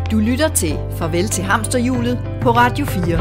Du lytter til Farvel til hamsterhjulet på Radio 4.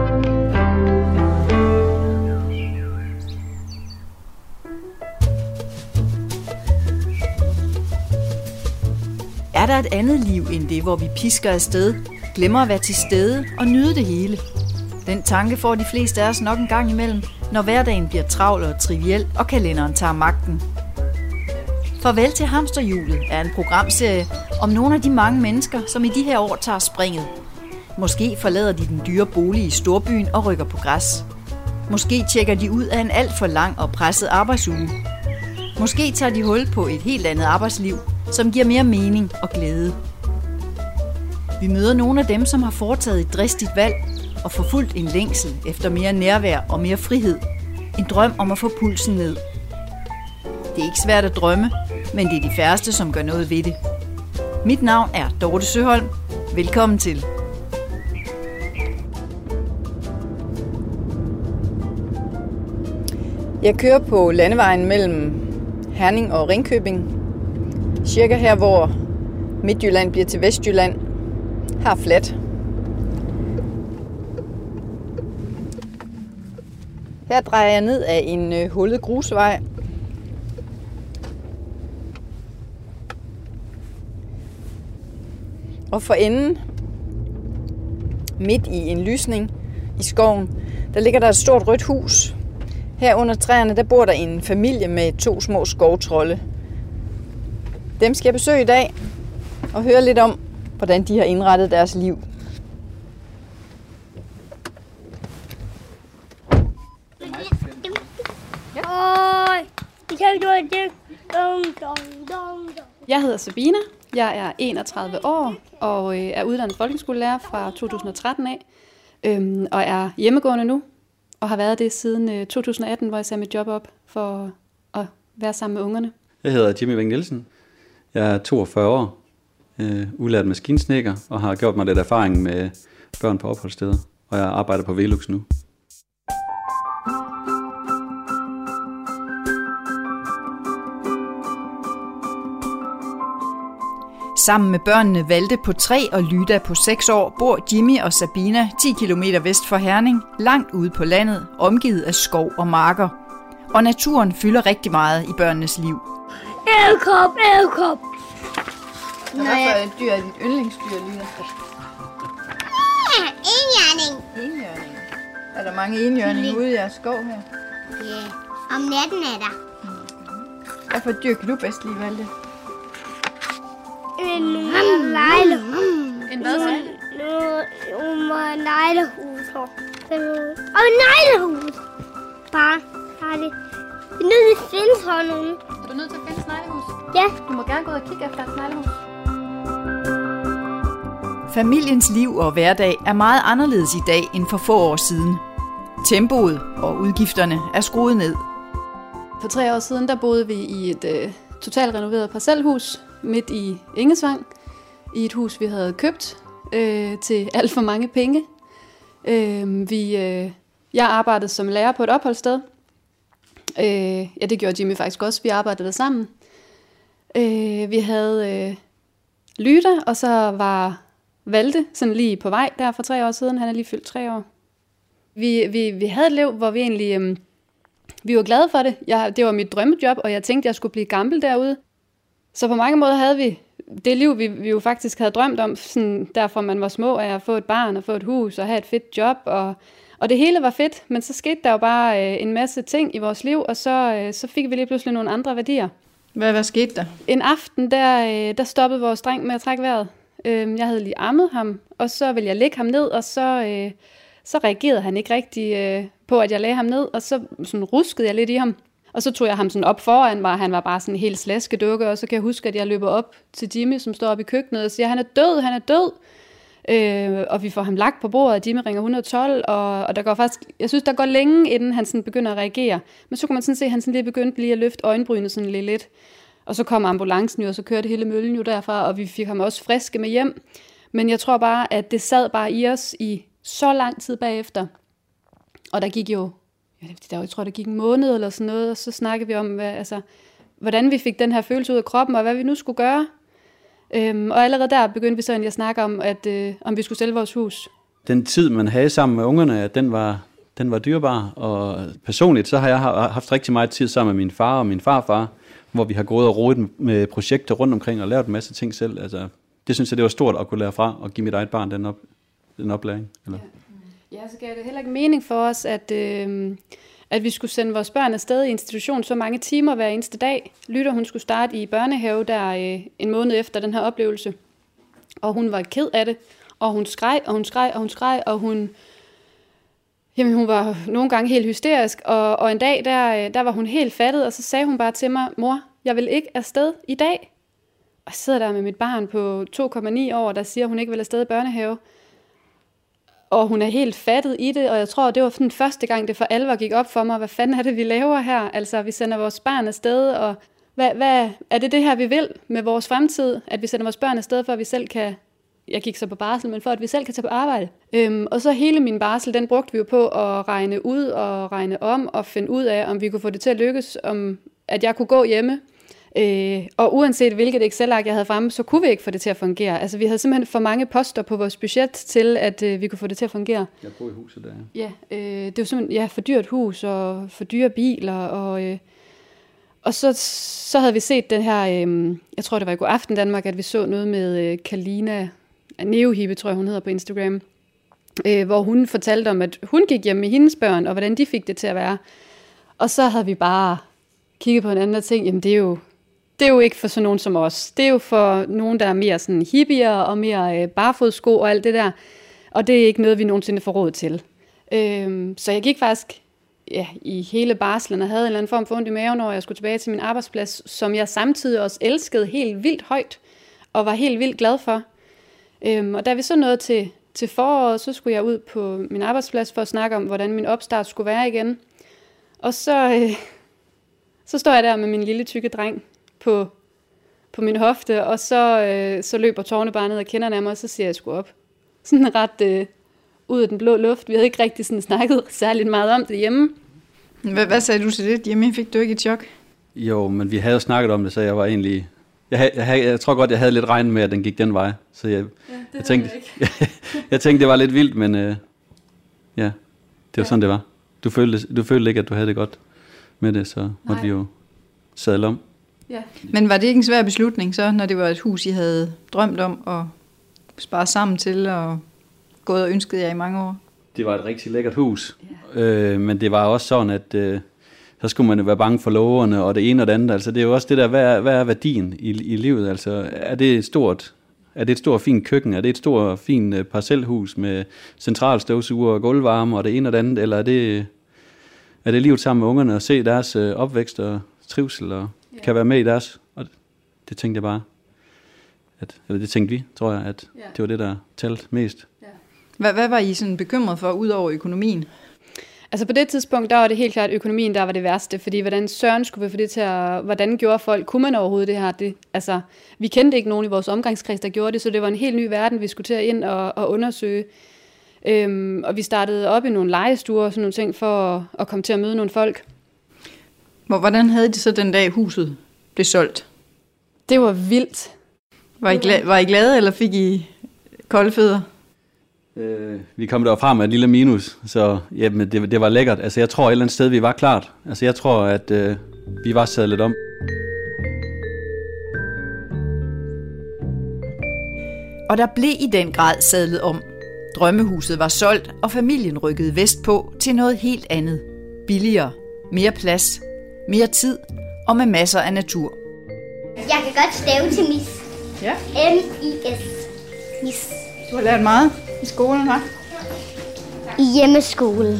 Er der et andet liv end det, hvor vi pisker afsted, glemmer at være til stede og nyde det hele? Den tanke får de fleste af os nok en gang imellem, når hverdagen bliver travl og triviel, og kalenderen tager magten. Farvel til hamsterhjulet er en programserie om nogle af de mange mennesker, som i de her år tager springet. Måske forlader de den dyre bolig i storbyen og rykker på græs. Måske tjekker de ud af en alt for lang og presset arbejdsuge. Måske tager de hul på et helt andet arbejdsliv, som giver mere mening og glæde. Vi møder nogle af dem, som har foretaget et dristigt valg og forfulgt en længsel efter mere nærvær og mere frihed. En drøm om at få pulsen ned. Det er ikke svært at drømme, men det er de færreste, som gør noget ved det. Mit navn er Dorte Søholm. Velkommen til. Jeg kører på landevejen mellem Herning og Ringkøbing. Cirka her, hvor Midtjylland bliver til Vestjylland. Her flat. Her drejer jeg ned af en hullet grusvej. Og for enden, midt i en lysning i skoven, der ligger der et stort rødt hus. Her under træerne, der bor der en familie med 2 små skovtrolde. Dem skal jeg besøge i dag og høre lidt om, hvordan de har indrettet deres liv. Jeg hedder Sabina. Jeg er 31 år og er uddannet folkeskolelærer fra 2013 af, og er hjemmegående nu, og har været det siden 2018, hvor jeg sagde mit job op for at være sammen med ungerne. Jeg hedder Jimmy Weng Nielsen. Jeg er 42 år, udlært maskinsnedker, og har gjort mig lidt erfaring med børn på opholdssteder, og jeg arbejder på Velux nu. Sammen med børnene Valde på 3 og Lyda på 6 år bor Jimmy og Sabina 10 km vest for Herning, langt ude på landet, omgivet af skov og marker. Og naturen fylder rigtig meget i børnenes liv. Edderkop! Hvad for et dyr er dit yndlingsdyr, Lyda? Enhjørning. Enhjørning. Er der mange enhjørninger ude i jeres skov her? Ja, om natten er der. Hvad for et dyr kan du bedst lide, Valde? En neglehus. En hvad så? Nogle neglehus. Og en neglehus. Bare har det. Vi er nødt til at finde sådan nogle. Er du nødt til at finde sneglehus? Ja. Du må gerne gå ud og kigge efter et sneglehus. Familiens liv og hverdag er meget anderledes i dag end for få år siden. Tempoet og udgifterne er skruet ned. For 3 år siden, der boede vi i et totalt renoveret parcelhus midt i Engesvang. I et hus, vi havde købt til alt for mange penge. Jeg arbejdede som lærer på et opholdssted. Ja, det gjorde Jimmy faktisk også. Vi arbejdede der sammen. Vi havde Lyda, og så var Valde sådan lige på vej der for 3 år siden. Han er lige fyldt 3 år. Vi havde et liv, hvor vi egentlig vi var glade for det. Det var mit drømmejob, og jeg tænkte, jeg skulle blive gammel derude. Så på mange måder havde vi det liv, vi jo faktisk havde drømt om, sådan derfor man var små, af at få et barn og få et hus og have et fedt job. Og det hele var fedt, men så skete der jo bare en masse ting i vores liv, og så fik vi lige pludselig nogle andre værdier. Hvad skete der? En aften, der stoppede vores dreng med at trække vejret. Jeg havde lige ammet ham, og så ville jeg lægge ham ned, og så reagerede han ikke rigtig på, at jeg lagde ham ned, og så sådan ruskede jeg lidt i ham. Og så tog jeg ham sådan op foran mig, han var bare sådan en helt slaskedukke, og så kan jeg huske, at jeg løber op til Jimmy, som står oppe i køkkenet, og siger, han er død. Og vi får ham lagt på bordet, og Jimmy ringer 112, og der går faktisk, jeg synes, der går længe, inden han sådan begynder at reagere. Men så kunne man sådan se, at han sådan lige begyndte lige at løfte øjenbrynet sådan lidt. Og så kom ambulancen jo, og så kørte hele møllen jo derfra, og vi fik ham også friske med hjem. Men jeg tror bare, at det sad bare i os i så lang tid bagefter. Og der gik jo, jeg tror, der gik en måned eller sådan noget, og så snakkede vi om, hvordan vi fik den her følelse ud af kroppen, og hvad vi nu skulle gøre. Og allerede der begyndte vi så at snakke om, om vi skulle sælge vores hus. Den tid, man havde sammen med ungerne, den var dyrebar, og personligt så har jeg haft rigtig meget tid sammen med min far og min farfar, hvor vi har gået og rodet med projekter rundt omkring og lavet en masse ting selv. Altså, det synes jeg, det var stort at kunne lære fra og give mit eget barn den oplæring. Eller? Ja, så gav det heller ikke mening for os, at vi skulle sende vores børn afsted i institution så mange timer hver eneste dag. Lytter, hun skulle starte i børnehave der en måned efter den her oplevelse, og hun var ked af det, og hun skreg, og hun var nogle gange helt hysterisk, og en dag, der var hun helt fattet, og så sagde hun bare til mig, mor, jeg vil ikke afsted i dag. Og jeg sidder der med mit barn på 2,9 år, der siger, hun ikke vil afsted i børnehave. Og hun er helt fattet i det, og jeg tror, det var den første gang, det for alvor gik op for mig, hvad fanden er det, vi laver her? Altså, vi sender vores børn afsted, og hvad er det her, vi vil med vores fremtid? At vi sender vores børn afsted, for at vi selv kan... Jeg gik så på barsel, men for at vi selv kan tage på arbejde. Og så hele min barsel, den brugte vi jo på at regne ud og regne om og finde ud af, om vi kunne få det til at lykkes, om at jeg kunne gå hjemme. Og uanset hvilket Excel-ark jeg havde fremme, så kunne vi ikke få det til at fungere. Altså vi havde simpelthen for mange poster på vores budget til, at vi kunne få det til at fungere. Jeg bor i huset der. Ja, det var simpelthen for dyrt hus og for dyre biler. Og så havde vi set den her, jeg tror det var i God Aften Danmark, at vi så noget med Kalina Neohippe, tror jeg hun hedder på Instagram, hvor hun fortalte om, at hun gik hjem med hendes børn, og hvordan de fik det til at være. Og så havde vi bare kigget på en anden ting, jamen det er jo ikke for sådan nogen som os. Det er jo for nogen, der er mere sådan hippier og mere barfodsko og alt det der. Og det er ikke noget, vi nogensinde får råd til. Så jeg gik faktisk i hele barslen og havde en eller anden form for ondt i maven, når jeg skulle tilbage til min arbejdsplads, som jeg samtidig også elskede helt vildt højt og var helt vildt glad for. Og da vi så nåede til foråret, så skulle jeg ud på min arbejdsplads for at snakke om, hvordan min opstart skulle være igen. Og så står jeg der med min lille tykke dreng på min hofte, og så løber tårerne bare ned og kinderne af mig, og så siger jeg sgu op. Sådan ret ud af den blå luft. Vi havde ikke rigtig sådan snakket særligt meget om det hjemme. Hvad sagde du til det hjemme? Fik du ikke et chok? Jo, men vi havde snakket om det, så jeg var egentlig... Jeg tror godt, jeg havde lidt regnet med, at den gik den vej. Så jeg tænkte, jeg tænkte, det var lidt vildt, men det var sådan, det var. Du følte ikke, at du havde det godt med det, så måtte vi jo sadle om. Ja. Men var det ikke en svær beslutning så, når det var et hus, I havde drømt om at spare sammen til og gået og ønsket jer i mange år? Det var et rigtig lækkert hus, men det var også sådan, at så skulle man jo være bange for lågerne og det ene og det andet. Altså, det er jo også det der, hvad er værdien i livet? Altså, er det et stort fint køkken? Er det et stort fint parcelhus med centralstøvsuger og gulvvarme og det ene og det andet? Eller er det livet sammen med ungerne og se deres opvækst og trivsel og kan være med i deres? Og det tænkte jeg bare, eller det tænkte vi, tror jeg, at det var det, der talte mest. Ja. Hvad var I sådan bekymret for, ud over økonomien? Altså på det tidspunkt, der var det helt klart økonomien, der var det værste, fordi hvordan søren skulle vi få det til at, hvordan gjorde folk, kunne man overhovedet det her? Altså, vi kendte ikke nogen i vores omgangskreds, der gjorde det, så det var en helt ny verden, vi skulle til at ind og undersøge. Og vi startede op i nogle lejestuer og sådan nogle ting, for at komme til at møde nogle folk. Hvordan havde de så den dag, huset blev solgt? Det var vildt. Var I glade, eller fik I kolde fødder? Vi kom derfra med et lille minus, så jamen, det var lækkert. Altså, jeg tror et eller andet sted, vi var klart. Altså, jeg tror, at vi var sadlet om. Og der blev i den grad sadlet om. Drømmehuset var solgt, og familien rykkede vestpå til noget helt andet. Billigere, mere plads, mere tid og med masser af natur. Jeg kan godt stave til mis. Ja. M-I-S. Mis. Du har lært meget i skolen, hva'? I hjemmeskolen.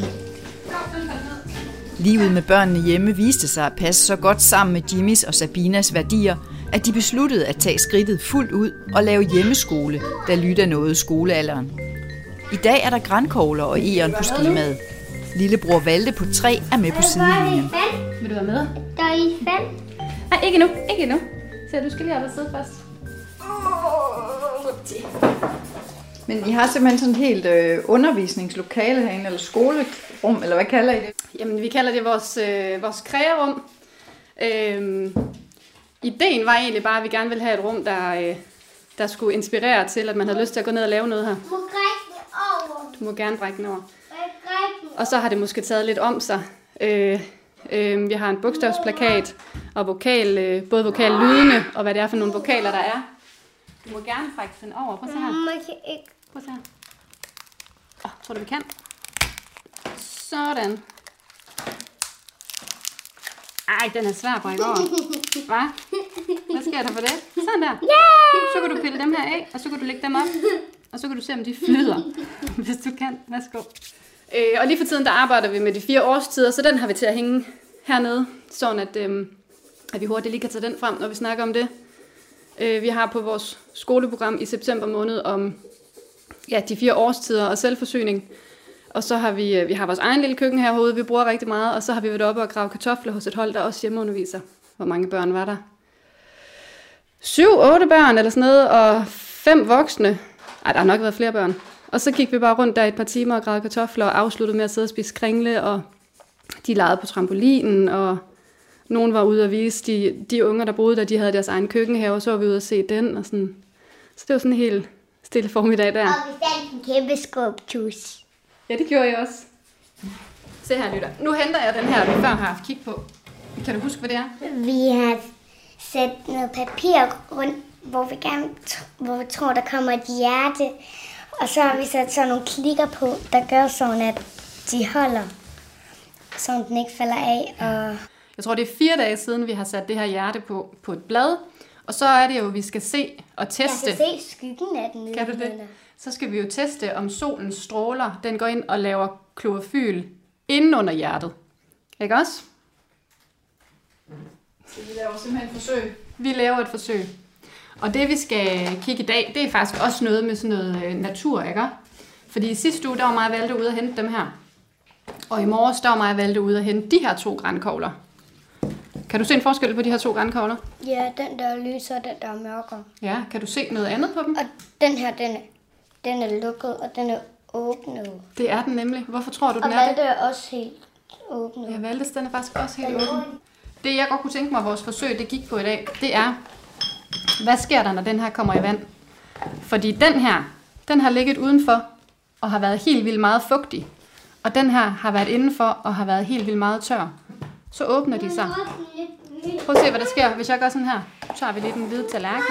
Livet med børnene hjemme viste sig at passe så godt sammen med Jimmys og Sabinas værdier, at de besluttede at tage skridtet fuldt ud og lave hjemmeskole, da Lyda nåede skolealderen. I dag er der grankogler og egern på skemaet. Lillebror Valde på 3 er med på sidelinjen. Vil du være med? Der er I 5. Nej, ikke endnu. Så du skal lige op og sidde først. Men I har simpelthen sådan et helt undervisningslokale herinde, eller skolerum, eller hvad kalder I det? Jamen, vi kalder det vores krearum. Ideen var egentlig bare, at vi gerne ville have et rum, der skulle inspirere til, at man havde lyst til at gå ned og lave noget her. Du må brække den over. Du må gerne brække den over. Brække den. Og så har det måske taget lidt om sig. Vi har en bogstavsplakat og både vokallydene og hvad det er for nogle vokaler, der er. Du må gerne brække den over. Prøv at se her. Man kan ikke. Prøv at se her. Tror du, vi kan? Sådan. Ej, den er svær at brække over. Hvad? Hvad sker der for det? Sådan der. Så kan du pille dem her af, og så kan du lægge dem op. Og så kan du se, om de flyder. Hvis du kan. Værsgo. Og lige for tiden, der arbejder vi med de 4 årstider, så den har vi til at hænge hernede. Sådan at vi hurtigt lige kan tage den frem, når vi snakker om det. Vi har på vores skoleprogram i september måned om de 4 årstider og selvforsyning. Og så har vi har vores egen lille køkken herude, vi bruger rigtig meget. Og så har vi været oppe og grave kartofler hos et hold, der også hjemmeunderviser. Hvor mange børn var der? 7-8 børn eller sådan noget, og 5 voksne. Ej, der har nok været flere børn. Og så gik vi bare rundt der et par timer og gravede kartofler og afsluttede med at sidde og spise kringle. Og de legede på trampolinen, og nogen var ude og vise de unger, der boede der, de havde deres egen køkkenhave, og så var vi ude og se den. Og sådan. Så det var sådan en helt stille formiddag der. Og vi fandt en kæmpe skulptus. Ja, det gjorde jeg også. Se her, lytter. Nu henter jeg den her, vi før har haft kig på. Kan du huske, hvad det er? Vi har sat noget papir rundt, hvor vi tror, der kommer et hjerte. Og så har vi sat sådan nogle klikker på, der gør sådan, at de holder, så den ikke falder af. Og jeg tror, det er 4 dage siden, vi har sat det her hjerte på et blad. Og så er det jo, vi skal se og teste. jeg kan se skyggen af den. Kan du det? Så skal vi jo teste, om solens stråler, den går ind og laver klorofyl inden under hjertet. Ikke også? Så vi laver simpelthen et forsøg. Vi laver et forsøg. Og det, vi skal kigge i dag, det er faktisk også noget med sådan noget natur, ikke? Fordi i sidste uge, der var mig valgte ude at hente dem her. Og i morges, der var mig valgte ude at hente de her 2 grankogler. Kan du se en forskel på de her 2 grankogler? Ja, den der er lys og den der er mørkere. Ja, kan du se noget andet på dem? Og den her, den er lukket, og den er åbnet. Det er den nemlig. Hvorfor tror du, Og den er det? Valde er også helt åbnet. Ja, Valdes, den er faktisk også helt åben. Det, jeg godt kunne tænke mig, vores forsøg, det gik på i dag, det er, hvad sker der, når den her kommer i vand? Fordi den har ligget udenfor og har været helt vildt meget fugtig. Og den her har været indenfor og har været helt vildt meget tør. Så åbner de sig. Prøv at se, hvad der sker, hvis jeg gør sådan her. Så har vi lige den hvide tallerken.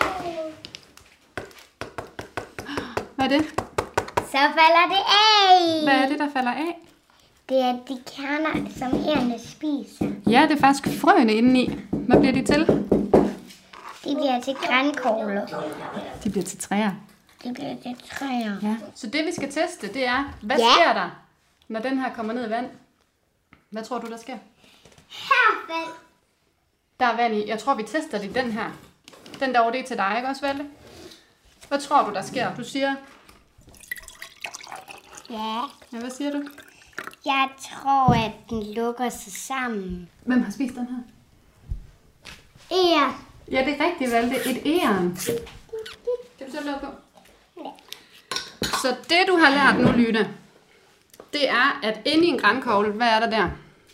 Hvad er det? Så falder det af. Hvad er det, der falder af? Det er de kerner, som ærerne spiser. Ja, det er faktisk frøene indeni. Hvad bliver de til? De bliver til grankogler. De bliver til træer. De bliver til træer. Ja. Så det, vi skal teste, det er, hvad sker der, når den her kommer ned i vand? Hvad tror du, der sker? Her vand. Der er vand i. Jeg tror, vi tester det i den her. Den derovre, det er til dig, ikke også, Valde? Hvad tror du, der sker? Du siger... Ja. Ja, hvad siger du? Jeg tror, at den lukker sig sammen. Hvem har spist den her? Ja. Ja, det er rigtigt, Valde. Et æren. Kan du så lukke på? Ja. Så det, du har lært nu, Lyne, det er, at inde i en grankogle, hvad er der der?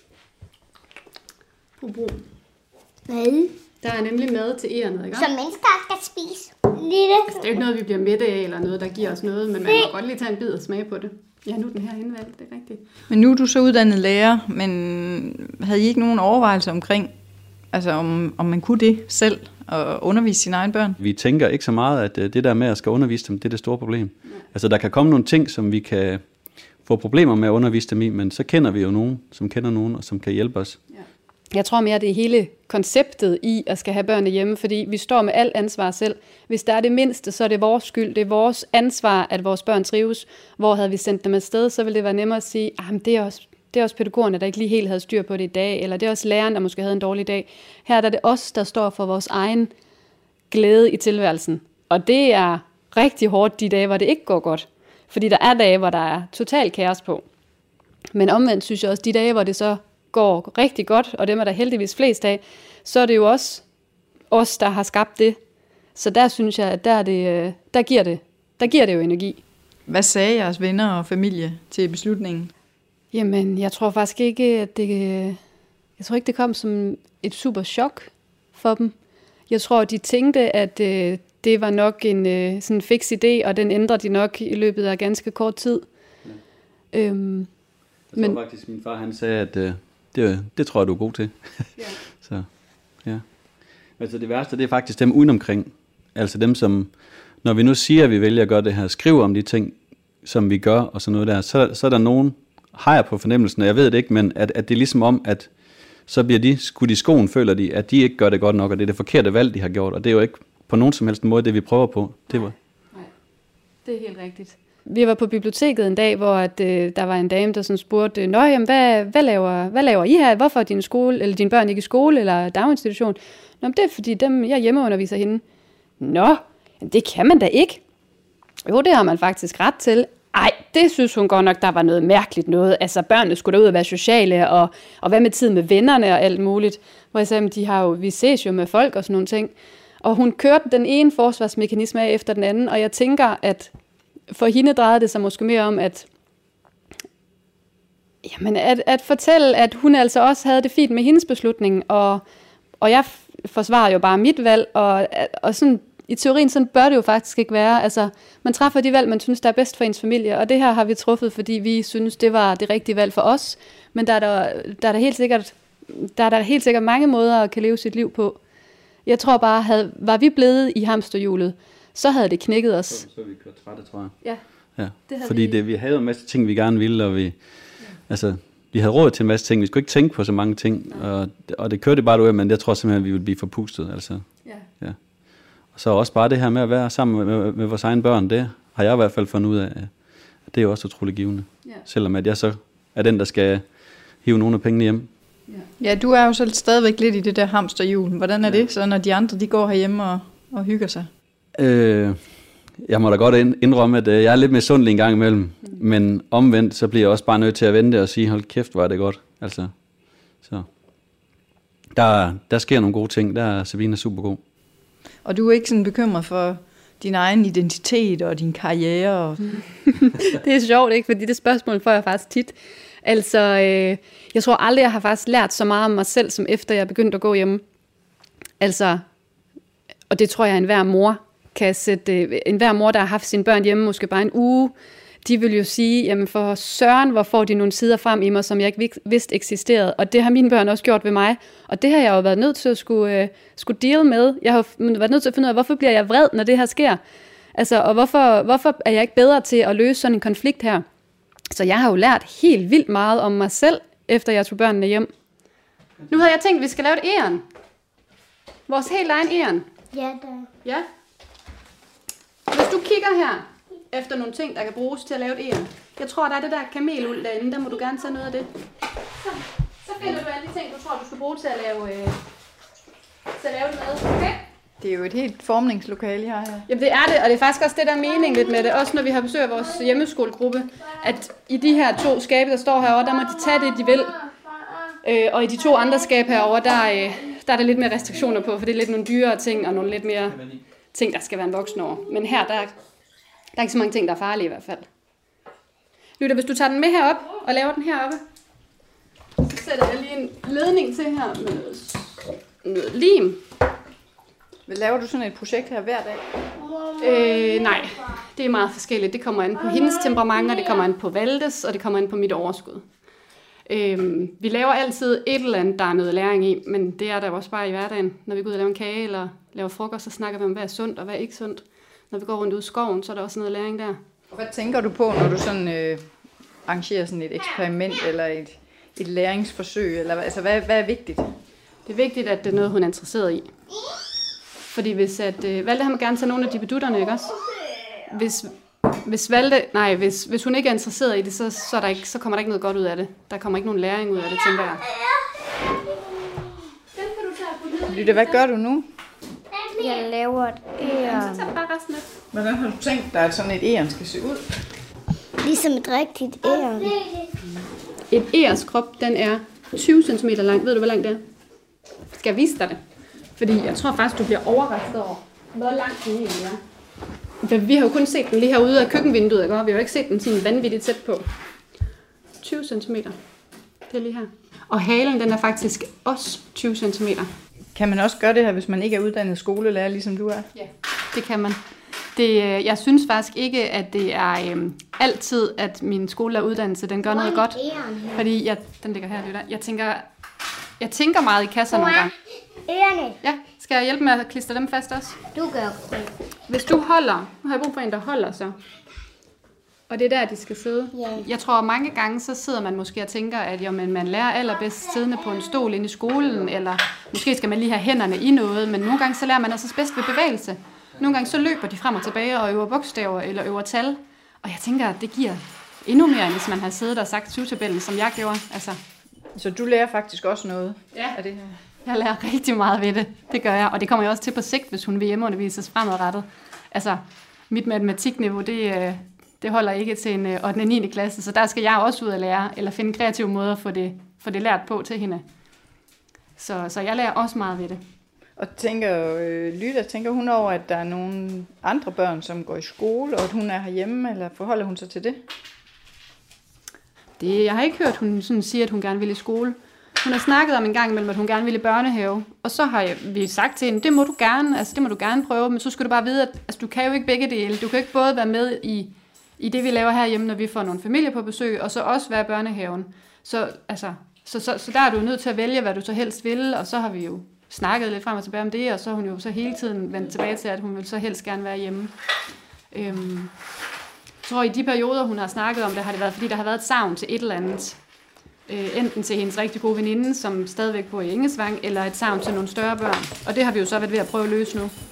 Hvad? Der er nemlig mad til ærenet, ikke? Som mennesker skal spise. Lille. Det er jo ikke noget, vi bliver mætte af, eller noget, der giver os noget, men man må godt lige tage en bid og smage på det. Ja, nu er den her indvalgt, det er rigtigt. Men nu er du så uddannet lærer, men havde I ikke nogen overvejelser omkring, altså om man kunne det selv, og undervise sine egne børn? Vi tænker ikke så meget, at det der med at skal undervise dem, det er det store problem. Ja. Altså der kan komme nogle ting, som vi kan få problemer med at undervise dem i, men så kender vi jo nogen, som kender nogen, og som kan hjælpe os. Ja. Jeg tror mere, det er hele konceptet i at skal have børnene hjemme, fordi vi står med alt ansvar selv. Hvis der er det mindste, så er det vores skyld. Det er vores ansvar, at vores børn trives. Hvor havde vi sendt dem afsted, så ville det være nemmere at sige, at det er også pædagogerne, der ikke lige helt havde styr på det i dag, eller det er også læreren, der måske havde en dårlig dag. Her er det os, der står for vores egen glæde i tilværelsen. Og det er rigtig hårdt de dage, hvor det ikke går godt. Fordi der er dage, hvor der er total kaos på. Men omvendt synes jeg også, de dage, hvor det så går rigtig godt, og dem er der heldigvis flest af, så er det jo også os, der har skabt det. Så der synes jeg, at der giver det jo energi. Hvad sagde jeres venner og familie til beslutningen? Jamen, jeg tror faktisk ikke, at det kom som et super chok for dem. Jeg tror, de tænkte, at det var nok en sådan fix idé, og den ændrer de nok i løbet af ganske kort tid. Jeg tror faktisk, min far han sagde, at det tror jeg, du er god til. Ja. Så, ja. Altså det værste, det er faktisk dem udenomkring. Altså dem, som, når vi nu siger, at vi vælger at gøre det her, skriver om de ting, som vi gør, og sådan noget der, så er der nogen, har jeg på fornemmelsen, og jeg ved det ikke, men at det er ligesom om, at så bliver de skudt i skoen, føler de, at de ikke gør det godt nok, og det er det forkerte valg, de har gjort, og det er jo ikke på nogen som helst måde det, vi prøver på. Nej, det er helt rigtigt. Vi var på biblioteket en dag, hvor der var en dame, der sådan spurgte, nå, jamen, hvad laver I her? Hvorfor er dine børn ikke i skole eller daginstitution? Nå, det er fordi jeg hjemmeunderviser hende. Nå, det kan man da ikke. Jo, det har man faktisk ret til. Ej, det synes hun godt nok, der var noget mærkeligt noget. Altså, børnene skulle da ud og være sociale, og hvad med tid med vennerne og alt muligt. Hvor jeg sagde, vi ses jo med folk og sådan nogle ting. Og hun kørte den ene forsvarsmekanisme af efter den anden, og jeg tænker, at for hende drejede det sig måske mere om, at fortælle, at hun altså også havde det fint med hendes beslutning, og jeg forsvarer jo bare mit valg, og sådan, i teorien sådan bør det jo faktisk ikke være. Altså, man træffer de valg, man synes, der er bedst for ens familie, og det her har vi truffet, fordi vi synes, det var det rigtige valg for os, men der er der helt sikkert mange måder at kan leve sit liv på. Jeg tror bare, var vi blevet i hamsterhjulet, så havde det knækket os. Så vi kørt trætte, tror jeg. Ja. Fordi vi havde en masse ting, vi gerne ville, og vi havde råd til en masse ting. Vi skulle ikke tænke på så mange ting, og det kørte bare ud, men jeg tror simpelthen, at vi ville blive forpustet. Altså. Ja. Og så også bare det her med at være sammen med vores egne børn, det har jeg i hvert fald fundet ud af, at det er også utroligt givende. Ja. Selvom at jeg så er den, der skal hive nogle af pengene hjem. Ja, du er jo selv stadigvæk lidt i det der hamsterhjul. Hvordan er det så, når de andre de går herhjemme og hygger sig? Jeg må da godt indrømme, at jeg er lidt misundelig en gang imellem. Men omvendt, så bliver jeg også bare nødt til at vente og sige, hold kæft, hvor er det godt. Altså, så. Der sker nogle gode ting. Der er Sabina super god. Og du er ikke sådan bekymret for din egen identitet og din karriere? Det er sjovt, ikke? Fordi det spørgsmål får jeg faktisk tit. Altså, jeg tror aldrig, jeg har faktisk lært så meget om mig selv, som efter jeg begyndte at gå hjemme. Altså, og det tror jeg, enhver mor kan sætte. Enhver mor, der har haft sine børn hjemme, måske bare en uge, de vil jo sige, jamen for søren, hvor får de nogle sider frem i mig, som jeg ikke vidste eksisterede. Og det har mine børn også gjort ved mig. Og det har jeg jo været nødt til at skulle deal med. Jeg har været nødt til at finde ud af, hvorfor bliver jeg vred, når det her sker? Altså, og hvorfor er jeg ikke bedre til at løse sådan en konflikt her? Så jeg har jo lært helt vildt meget om mig selv, efter jeg tog børnene hjem. Nu havde jeg tænkt, at vi skal lave et æren. Vores helt egen æren. Ja, der. Ja. Hvis du kigger her efter nogle ting, der kan bruges til at lave et æren. Jeg tror, der er det der kameluld derinde. Der må du gerne tage noget af det. Så finder du alle de ting, du tror, du skal bruge til at lave det med. Okay? Det er jo et helt formningslokale, jeg har her. Jamen det er det, og det er faktisk også det, der er mening lidt med det. Også når vi har besøg af vores hjemmeskolegruppe, at i de her 2 skabe, der står herovre, der må de tage det, de vil. Og i de 2 andre skabe herovre, der er der lidt mere restriktioner på, for det er lidt nogle dyrere ting, og nogle lidt mere ting, der skal være en voksen over. Men her, der er ikke så mange ting, der er farlige i hvert fald. Lytter, hvis du tager den med herop og laver den heroppe, så sætter jeg lige en ledning til her med noget lim. Laver du sådan et projekt her hver dag? Nej, det er meget forskelligt. Det kommer an på hendes temperamenter, det kommer an på Valdes, og det kommer an på mit overskud. Vi laver altid et eller andet, der er noget læring i, men det er der også bare i hverdagen. Når vi går ud og laver en kage eller laver frokost, så snakker vi om, hvad er sundt og hvad er ikke sundt. Når vi går rundt ud i skoven, så er der også noget læring der. Hvad tænker du på, når du sådan arrangerer sådan et eksperiment eller et læringsforsøg? Eller, altså, hvad er vigtigt? Det er vigtigt, at det er noget, hun er interesseret i. Fordi hvis Valde han må gerne tage nogle af de bedutterne, ikke også? Hvis hun ikke er interesseret i det, så kommer der ikke noget godt ud af det. Der kommer ikke nogen læring ud af det, tænker jeg. Lytte, hvad gør du nu? Jeg laver et æren. Så tager bare resten af. Hvordan har du tænkt dig, at sådan et æren skal se ud? Ligesom et rigtigt æren. Et æres krop, den er 20 cm lang. Ved du, hvor lang det er? Skal jeg vise dig det? Fordi jeg tror faktisk, du bliver overrasket over, hvor lang den egentlig er. Vi har jo kun set den lige herude af køkkenvinduet, ikke? Vi har jo ikke set den sådan vanvittigt tæt på. 20 cm. Det er lige her. Og halen, den er faktisk også 20 cm. Kan man også gøre det her, hvis man ikke er uddannet skolelærer, ligesom du er? Ja. det kan man. Jeg synes faktisk ikke, at det er altid, at min skolelæreruddannelse, den gør noget godt. Fordi den ligger her, Lytter. Jeg tænker meget i kasser nogle gange. Ørerne. Ja, skal jeg hjælpe med at klistre dem fast også? Du gør det. Hvis du holder, nu har jeg brug for en, der holder så. Og det er der, de skal sidde. Ja. Jeg tror, mange gange, så sidder man måske og tænker, at jamen, man lærer allerbedst siddende på en stol inde i skolen, eller måske skal man lige have hænderne i noget, men nogle gange så lærer man altså bedst ved bevægelse. Nogle gange så løber de frem og tilbage og øver bogstaver eller øver tal. Og jeg tænker, at det giver endnu mere, end hvis man har siddet og sagt 7-tabellen, som jeg gjorde. Altså. Så du lærer faktisk også noget af det her? Jeg lærer rigtig meget ved det. Det gør jeg, og det kommer jeg også til på sigt, hvis hun vil hjemmeundervises fremadrettet. Altså, mit matematikniveau, det holder ikke til en 8. og 9. klasse, så der skal jeg også ud at lære, eller finde kreative måder at få det lært på til hende. Så jeg lærer også meget ved det. Og tænker hun over, at der er nogle andre børn, som går i skole, og at hun er herhjemme, eller forholder hun sig til det? Jeg har ikke hørt, hun sådan siger, at hun gerne vil i skole. Hun har snakket om en gang imellem, at hun gerne vil i børnehave. Og så har vi sagt til hende, det må du gerne prøve, men så skal du bare vide, at du kan jo ikke begge dele. Du kan ikke både være med i det, vi laver herhjemme, når vi får nogle familier på besøg, og så også være i børnehaven. Så der er du nødt til at vælge, hvad du så helst vil, og så har vi jo snakket lidt frem og tilbage om det, og så har hun jo så hele tiden vendt tilbage til, at hun vil så helst gerne være hjemme. Jeg tror, i de perioder, hun har snakket om det, har det været, fordi der har været et savn til et eller andet. Enten til hendes rigtig gode veninde, som stadigvæk bor i Engesvang, eller et savn til nogle større børn. Og det har vi jo så været ved at prøve at løse nu.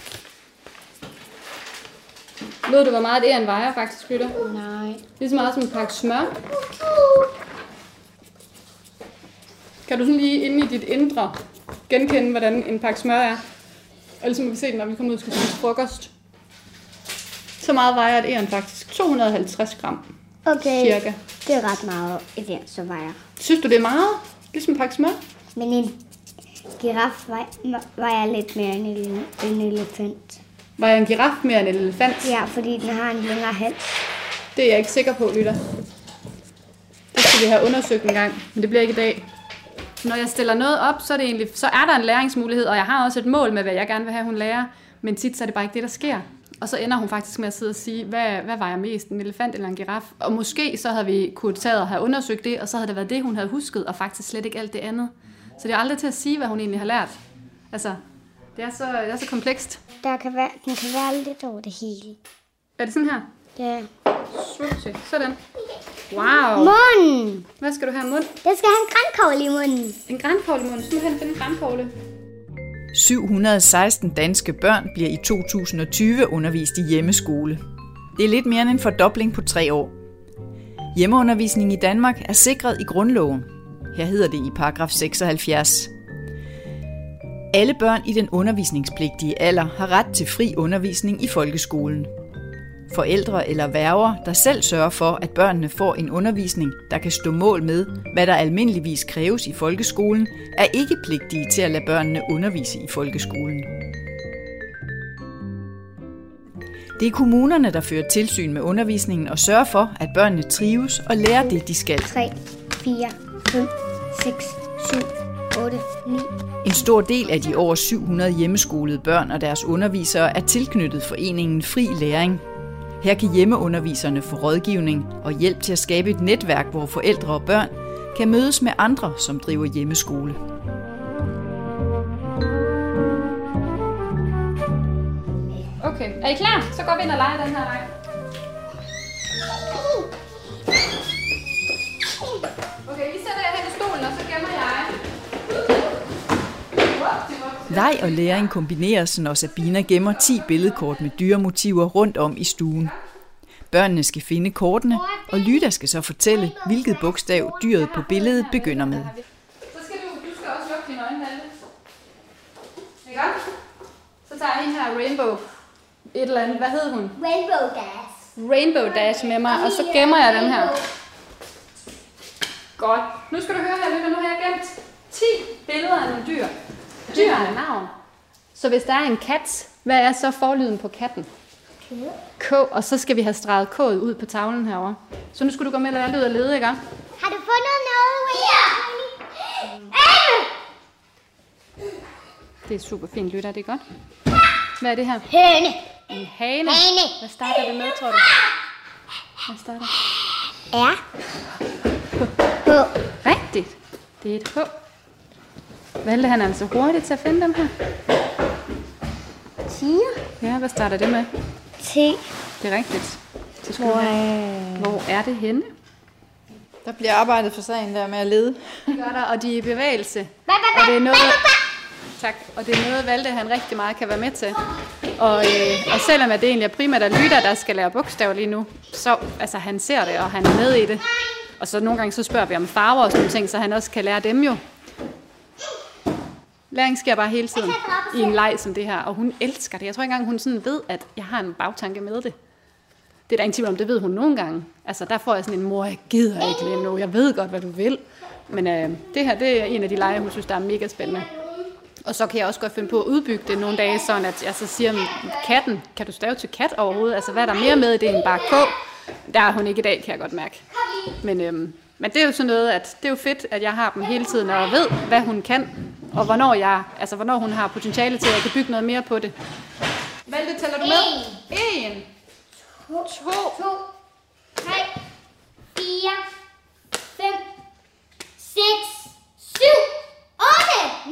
Ved du, hvor meget det er en vejer, faktisk, Lytter? Nej. Det er så meget som en pakke smør. Kan du sådan lige inde i dit indre genkende, hvordan en pakke smør er? Ellers må vi se det, når vi kommer ud og skal spise frokost. Så meget vejer det en faktisk. 250 gram. Okay, cirka. Det er ret meget i det, så vejer. Synes du, det er meget? Ligesom en pakke smør? Men en giraf vejer lidt mere end en elefant. Vejer en giraf mere end en elefant? Ja, fordi den har en længere hals. Det er jeg ikke sikker på, Lytter. Det skal vi have undersøgt en gang, men det bliver ikke i dag. Når jeg stiller noget op, så er der en læringsmulighed, og jeg har også et mål med, hvad jeg gerne vil have, hun lærer. Men tit så er det bare ikke det, der sker. Og så ender hun faktisk med at sidde og sige, hvad vejer mest, en elefant eller en giraf? Og måske så havde vi kunne tage og have undersøgt det, og så havde det været det, hun havde husket, og faktisk slet ikke alt det andet. Så det er aldrig til at sige, hvad hun egentlig har lært. Altså, det er så komplekst. Den kan være lidt over det hele. Er det sådan her? Ja. Sådan. Wow. Munden! Hvad skal du have i munden? Jeg skal have en grankogle i munden. En grankogle i munden. Så nu kan jeg finde en grankogle. 716 danske børn bliver i 2020 undervist i hjemmeskole. Det er lidt mere end en fordobling på 3 år. Hjemmeundervisning i Danmark er sikret i grundloven. Her hedder det i paragraf 76. Alle børn i den undervisningspligtige alder har ret til fri undervisning i folkeskolen. Forældre eller værger, der selv sørger for, at børnene får en undervisning, der kan stå mål med, hvad der almindeligvis kræves i folkeskolen, er ikke pligtige til at lade børnene undervise i folkeskolen. Det er kommunerne, der fører tilsyn med undervisningen og sørger for, at børnene trives og lærer det, de skal. 3, 4, 5, 6, 7, 8, 9. En stor del af de over 700 hjemmeskolede børn og deres undervisere er tilknyttet foreningen Fri Læring. Her kan hjemmeunderviserne få rådgivning og hjælp til at skabe et netværk, hvor forældre og børn kan mødes med andre, som driver hjemmeskole. Okay, er I klar? Så går vi ind og leger den her leg. Okay, I sætter jer hen i stolen, og så gemmer jeg. Leg og læring kombineres, når Sabina gemmer 10 billedkort med dyremotiver rundt om i stuen. Børnene skal finde kortene, og Lyda skal så fortælle, hvilket bogstav dyret på billedet begynder med. Så skal du skal også lukke dine øjne, Malte. Ikke godt? Så tager jeg en her Rainbow. Et eller andet. Hvad hed hun? Rainbow Dash. Rainbow Dash med mig, og så gemmer jeg den her. Godt. Nu skal du høre her, Lyda. Nu har jeg gemt 10 billeder af nogle dyr. Dyrene er navn. Så hvis der er en kat, hvad er så forlyden på katten? K. Og så skal vi have streget K'et ud på tavlen herovre. Så nu skulle du gå med alt ud og lede, ikke? Har du fundet noget? Ja! Det er super fint, Lytter. Det er godt. Hvad er det her? Høne. En hane. Hvad starter det med, tror du? Hvad starter? R. H. Rigtigt. Det er et H. Valgte han altså hurtigt til at finde dem her? Tiger. Ja, hvad starter det med? T. Det er rigtigt. Så skal hvor er det henne? Der bliver arbejdet for sagen der med at lede. Det gør der, og de er i bevægelse. Og det er noget, tak. Og det er noget, Valde han rigtig meget kan være med til. Og selvom at det egentlig er primært er Lyda, der skal lære bogstaver lige nu, så altså, han ser det, og han er med i det. Og så nogle gange så spørger vi om farver og sådan nogle ting, så han også kan lære dem jo. Læring sker bare hele tiden i en leg som det her, og hun elsker det. Jeg tror ikke engang, hun sådan ved, at jeg har en bagtanke med det. Det er der ingen tvivl om, det ved hun nogle gange. Altså, der får jeg sådan en mor, jeg gider ikke lige nu, jeg ved godt, hvad du vil. Men det her, det er en af de lege, hun synes, der er mega spændende. Og så kan jeg også godt finde på at udbygge det nogle dage, sådan at jeg så siger, katten, kan du stave til kat overhovedet? Altså, hvad er der mere med i det end bare K? Der er hun ikke i dag, kan jeg godt mærke. Men det er jo sådan noget, at det er jo fedt, at jeg har dem hele tiden, og ved, hvad hun kan, og hvornår hun har potentiale til, at jeg kan bygge noget mere på det. Valde, tæller du med? 1, 2, 3, 4, 5, 6, 7, 8, 9,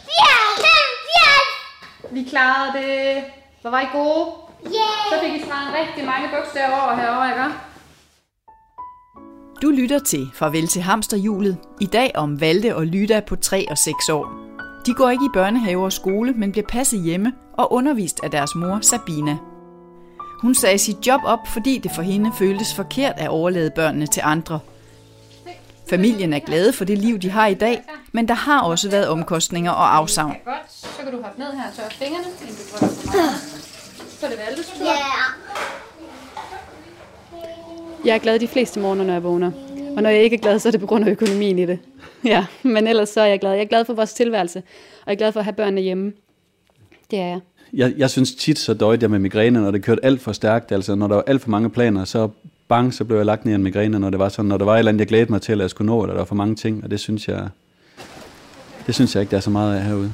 10, 11. vi klarede det. Hvor var I gode? Yeah. Så fik I streget rigtig mange bogstaver over herovre, ikke? Du lytter til Farvel til hamsterhjulet. I dag om Valde og Lyda på 3 og 6 år. De går ikke i børnehave og skole, men bliver passet hjemme og undervist af deres mor Sabina. Hun sagde sit job op, fordi det for hende føltes forkert at overlade børnene til andre. Familien er glade for det liv, de har i dag, men der har også været omkostninger og afsavn. Godt, så kan du hoppe ned her og tørre fingrene, inden du drømmer for meget. Så er det Valdes tur. Jeg er glad de fleste morgener, når jeg vågner. Og når jeg ikke er glad, så er det på grund af økonomien i det. Ja, men ellers så er jeg glad. Jeg er glad for vores tilværelse, og jeg er glad for at have børnene hjemme. Det er jeg. Jeg synes tit, så døjte jeg med migræne, når det kørte alt for stærkt. Altså, når der var alt for mange planer, så blev jeg lagt ned i en migræne, når det var sådan. Når der var et eller andet, jeg glædede mig til, at jeg skulle nå, eller der var for mange ting. Og det synes jeg ikke, der er så meget af herude.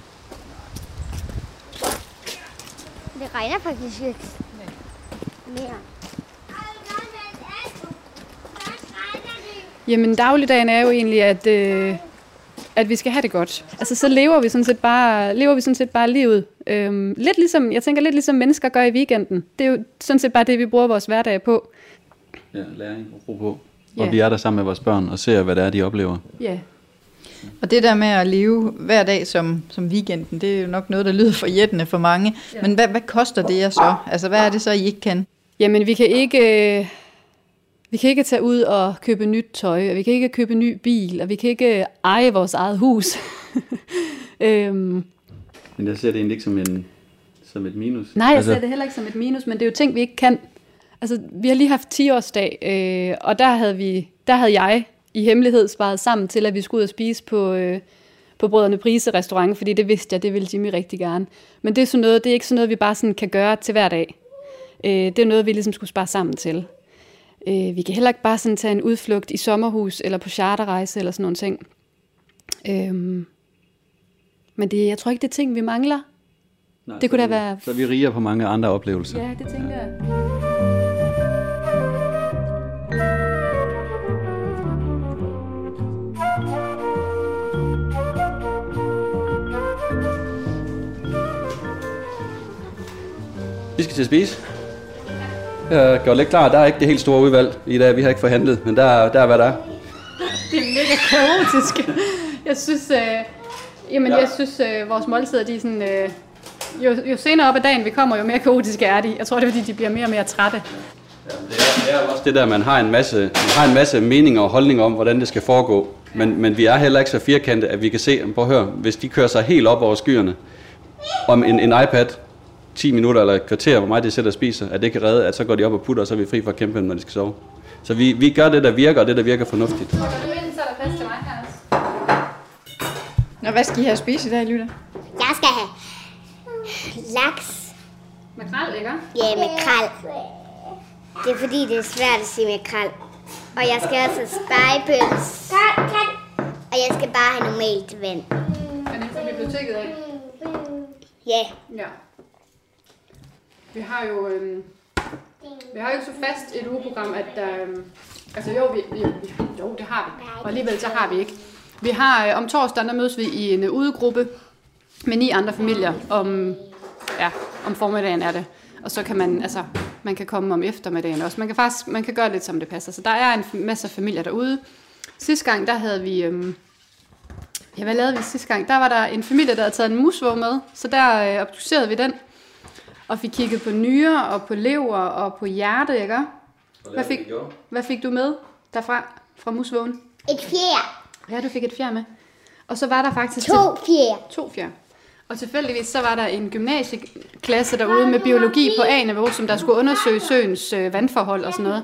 Det regner faktisk ikke mere. Jamen, dagligdagen er jo egentlig, at vi skal have det godt. Altså, så lever vi sådan set bare livet. Lidt ligesom mennesker gør i weekenden. Det er jo sådan set bare det, vi bruger vores hverdag på. Ja, læring og ro på. Og vi er der sammen med vores børn og ser, hvad det er, de oplever. Ja. Og det der med at leve hver dag som weekenden, det er jo nok noget, der lyder forjættende for mange. Ja. Men hvad koster det jer så? Altså, hvad er det så, I ikke kan? Jamen, vi kan ikke tage ud og købe nyt tøj, og vi kan ikke købe ny bil, og vi kan ikke eje vores eget hus. Men jeg ser det egentlig ikke som et minus. Nej, jeg ser det heller ikke som et minus, men det er jo ting, vi ikke kan. Altså, vi har lige haft 10-årsdag, og der havde jeg i hemmelighed sparet sammen til, at vi skulle ud og spise på Brødrene Prise restaurant, fordi det vidste jeg, det ville Jimmy rigtig gerne. Men det er ikke sådan noget, vi bare sådan kan gøre til hver dag. Det er noget, vi ligesom skulle spare sammen til. Vi kan heller ikke bare sådan tage en udflugt i sommerhus eller på charterrejse eller sådan nogle ting. Men jeg tror ikke, det er ting, vi mangler. Nej, det kunne da være... Så vi riger på mange andre oplevelser. Ja, det tænker jeg. Vi skal til at spise. Jeg gør lidt klar, der er ikke det helt store udvalg i dag, vi har ikke forhandlet, men der er hvad der er. Det er mega kaotisk. Jeg synes, vores måltider, de er sådan, jo senere op ad dagen vi kommer, jo mere kaotiske er de. Jeg tror, det er, fordi de bliver mere og mere trætte. Ja, det er også det der, man har en masse meninger og holdninger om, hvordan det skal foregå. Men vi er heller ikke så firkantede, at vi kan se, prøv at høre, hvis de kører sig helt op over skyerne, om en iPad, 10 minutter eller et kvarter, hvor meget de sætter og spiser, at det kan redde, at så går de op og putter, og så er vi fri fra at kæmpe, når de skal sove. Så vi gør det, der virker, og det, der virker fornuftigt. Så går du ind, så er der plads til mig her. Nå, hvad skal I have at spise i dag, Lyda? Jeg skal have laks. Makrel, ikke? Ja, makrel. Det er fordi, det er svært at sige makrel. Og jeg skal også have spegepøls. Og jeg skal bare have normalt vand. Er det fra biblioteket af? Ja. Ja. Vi har jo ikke så fast et ugeprogram, at der... jo, det har vi. Og alligevel så har vi ikke. Vi har om torsdagen, der mødes vi i en udegruppe med 9 andre familier om formiddagen er det. Og så kan man kan komme om eftermiddagen også. Man kan gøre lidt, som det passer. Så der er en masse familier derude. Sidste gang, der havde vi... hvad lavede vi sidste gang? Der var der en familie, der havde taget en musvåge med. Så der obducerede vi den. Og fik kigget på nyrer og på lever og på hjerte, ikke? Hvad fik du med derfra, fra musvågen? Et fjer. Ja, du fik et fjer med. Og så var der faktisk... 2 fjer. 2 fjer. Og tilfældigvis så var der en gymnasieklasse derude med biologi på A-niveau, som der skulle undersøge søens vandforhold og sådan noget.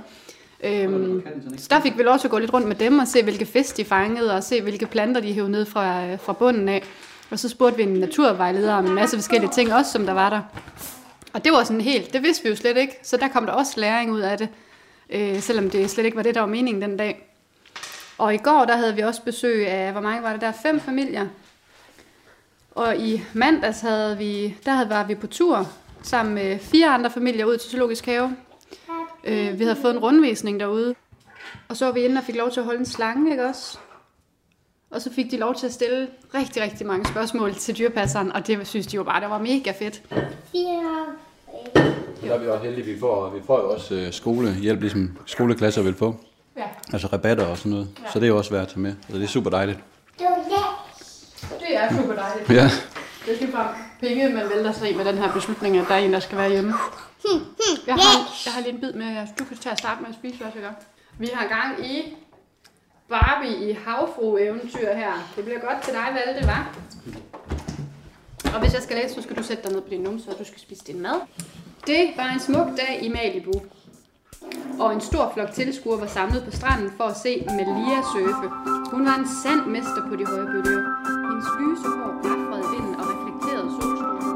Så der fik vi lov til at gå lidt rundt med dem og se, hvilke fisk de fangede, og se, hvilke planter de hævde ned fra bunden af. Og så spurgte vi en naturvejleder om en masse forskellige ting også, som der var der. Og det var sådan helt, det vidste vi jo slet ikke, så der kom der også læring ud af det, selvom det slet ikke var det, der var meningen den dag. Og i går, der havde vi også besøg af, hvor mange var det der? 5 familier. Og i mandags var vi på tur sammen med 4 andre familier ud til Zoologisk Have. Vi havde fået en rundvisning derude. Og så var vi inde og fik lov til at holde en slange, ikke også? Og så fik de lov til at stille rigtig, rigtig mange spørgsmål til dyrepasseren, og det synes de jo bare, det var mega fedt. Der er vi også heldige, vi får jo også skolehjælp, ligesom skoleklasser vil få. Ja. Altså rabatter og sådan noget. Ja. Så det er jo også værd at tage med. Så det er super dejligt. Det er super dejligt. Ja. Det skal bare penge, man vælter sig i med den her beslutning, at der er en, der skal være hjemme. Jeg har lige en bid med, du kan tage at starte med at spise også, ikke? Vi har gang i Barbie i havfru-eventyr her. Det bliver godt til dig, hvad det var. Og hvis jeg skal læse, så skal du sætte dig ned på din numse, og du skal spise din mad. Det var en smuk dag i Malibu. Og en stor flok tilskuere var samlet på stranden for at se Melia surfe. Hun var en sand mester på de høje bølger. Hendes lyse hår blafrede i vinden og reflekterede solstrålerne.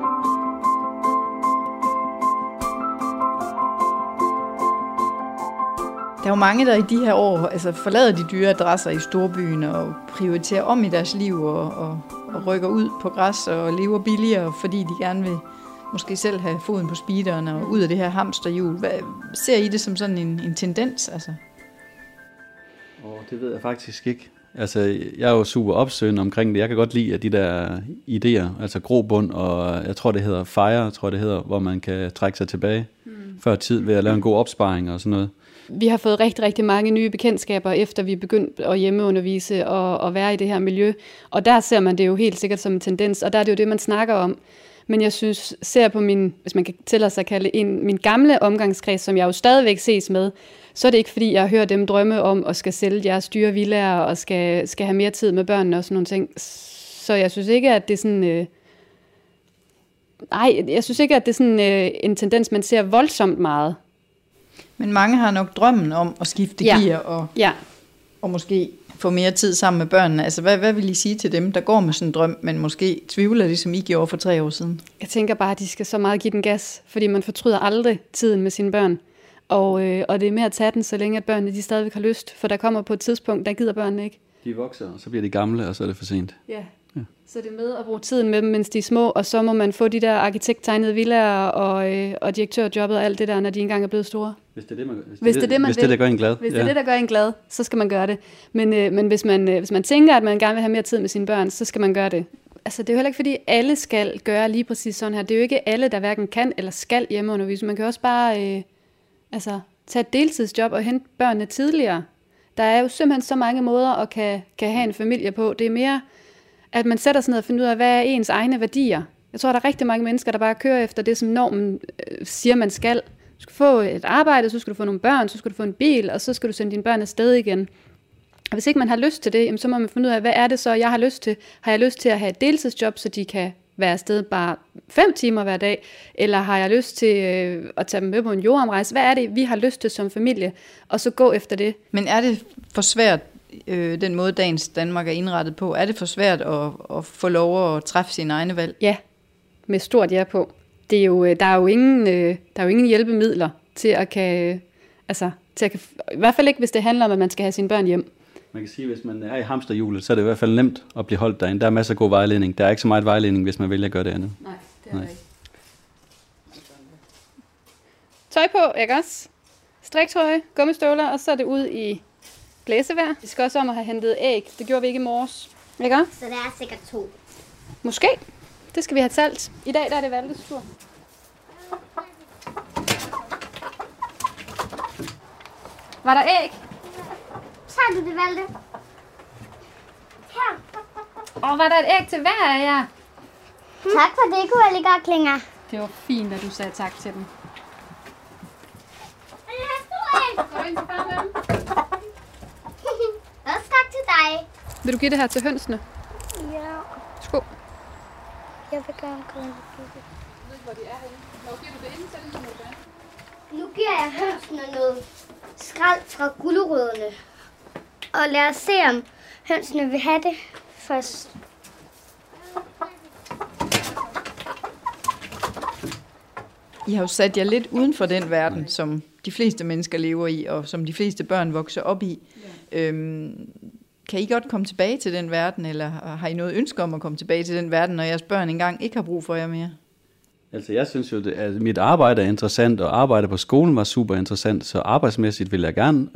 Der er jo mange, der i de her år forlader de dyre adresser i storbyen og prioriterer om i deres liv og rykker ud på græs og lever billigere, fordi de gerne vil måske selv have foden på speederen og ud af det her hamsterhjul. Ser I det som sådan en tendens? Altså? Det ved jeg faktisk ikke. Altså, jeg er jo super opsøgende omkring det. Jeg kan godt lide at de der idéer, altså grobund, og jeg tror, det hedder FIRE, hvor man kan trække sig tilbage før tid ved at lave en god opsparing og sådan noget. Vi har fået rigtig, rigtig mange nye bekendtskaber, efter vi er begyndt at hjemmeundervise og være i det her miljø. Og der ser man det jo helt sikkert som en tendens, og der er det jo det, man snakker om. Men jeg synes, ser på hvis man kan tillade sig at kalde min gamle omgangskreds, som jeg jo stadigvæk ses med, så er det ikke, fordi jeg hører dem drømme om at skal sælge deres dyre villaer og skal have mere tid med børnene og sådan nogle ting. Så jeg synes ikke, at det er sådan... jeg synes ikke, at det er sådan en tendens, man ser voldsomt meget. Men mange har nok drømmen om at skifte gear og måske få mere tid sammen med børnene. Altså, hvad vil I sige til dem, der går med sådan en drøm, men måske tvivler det, som I gjorde for 3 år siden? Jeg tænker bare, at de skal så meget give den gas, fordi man fortryder aldrig tiden med sine børn. Og det er med at tage den, så længe at børnene de stadigvæk har lyst, for der kommer på et tidspunkt, der gider børnene ikke. De vokser, og så bliver de gamle, og så er det for sent. Ja. Så det er med at bruge tiden med dem, mens de er små, og så må man få de der arkitekttegnede villaer og direktørjobbet og alt det der, når de engang er blevet store. Hvis det er det, der gør en glad. Hvis det er det, der gør en glad, så skal man gøre det. Men hvis man tænker, at man gerne vil have mere tid med sine børn, så skal man gøre det. Altså, det er jo heller ikke, fordi alle skal gøre lige præcis sådan her. Det er jo ikke alle, der hverken kan eller skal hjemmeundervise. Man kan også bare tage et deltidsjob og hente børnene tidligere. Der er jo simpelthen så mange måder at kan have en familie på. Det er mere, at man sætter sig ned og finder ud af, hvad er ens egne værdier. Jeg tror, der er rigtig mange mennesker, der bare kører efter det, som normen siger, man skal. Du skal få et arbejde, så skal du få nogle børn, så skal du få en bil, og så skal du sende dine børn afsted igen. Og hvis ikke man har lyst til det, så må man finde ud af, hvad er det så, jeg har lyst til? Har jeg lyst til at have et deltidsjob, så de kan være afsted bare 5 timer hver dag? Eller har jeg lyst til at tage dem med på en jordomrejse? Hvad er det, vi har lyst til som familie? Og så gå efter det. Men er det for svært, den måde dagens Danmark er indrettet på? Er det for svært at få lov at træffe sine egne valg? Ja, med stort ja på. Det er jo, der er jo ingen hjælpemidler til at kan, i hvert fald ikke, hvis det handler om, at man skal have sine børn hjem. Man kan sige, at hvis man er i hamsterhjulet, så er det i hvert fald nemt at blive holdt derinde. Der er masser af god vejledning. Der er ikke så meget vejledning, hvis man vælger at gøre det andet. Nej, det er det ikke. tøj på, ikke også? Striktrøje, gummistøvler, og så er det ud i blæsevejr. Vi skal også om at have hentet æg. Det gjorde vi ikke i morges. Ikke også? Så der er sikkert 2. Måske. Det skal vi have talt. I dag der er det Valdes tur. Var der æg? Tager du det, Valde? Her. Og var der et æg til hver af jer? Tak for det, gullige Klinger. Det var fint, at du sagde tak til dem. Går du ind til far med dem? Også tak til dig. Vil du give det her til hønsene? Ja. Skål. Jeg vil gerne komme. Jeg ved, hvor de er henne. Hvor giver du det ind til dem, som du gør? Nu giver jeg hønsene noget skrald fra gulerødderne. Og lad os se, om hønsene vil have det først. I har jo sat jer lidt uden for den verden, som de fleste mennesker lever i, og som de fleste børn vokser op i. Ja. Kan I godt komme tilbage til den verden, eller har I noget ønske om at komme tilbage til den verden, når jeres børn engang ikke har brug for jer mere? Altså jeg synes jo, at mit arbejde er interessant, og arbejde på skolen var super interessant, så arbejdsmæssigt vil jeg gerne,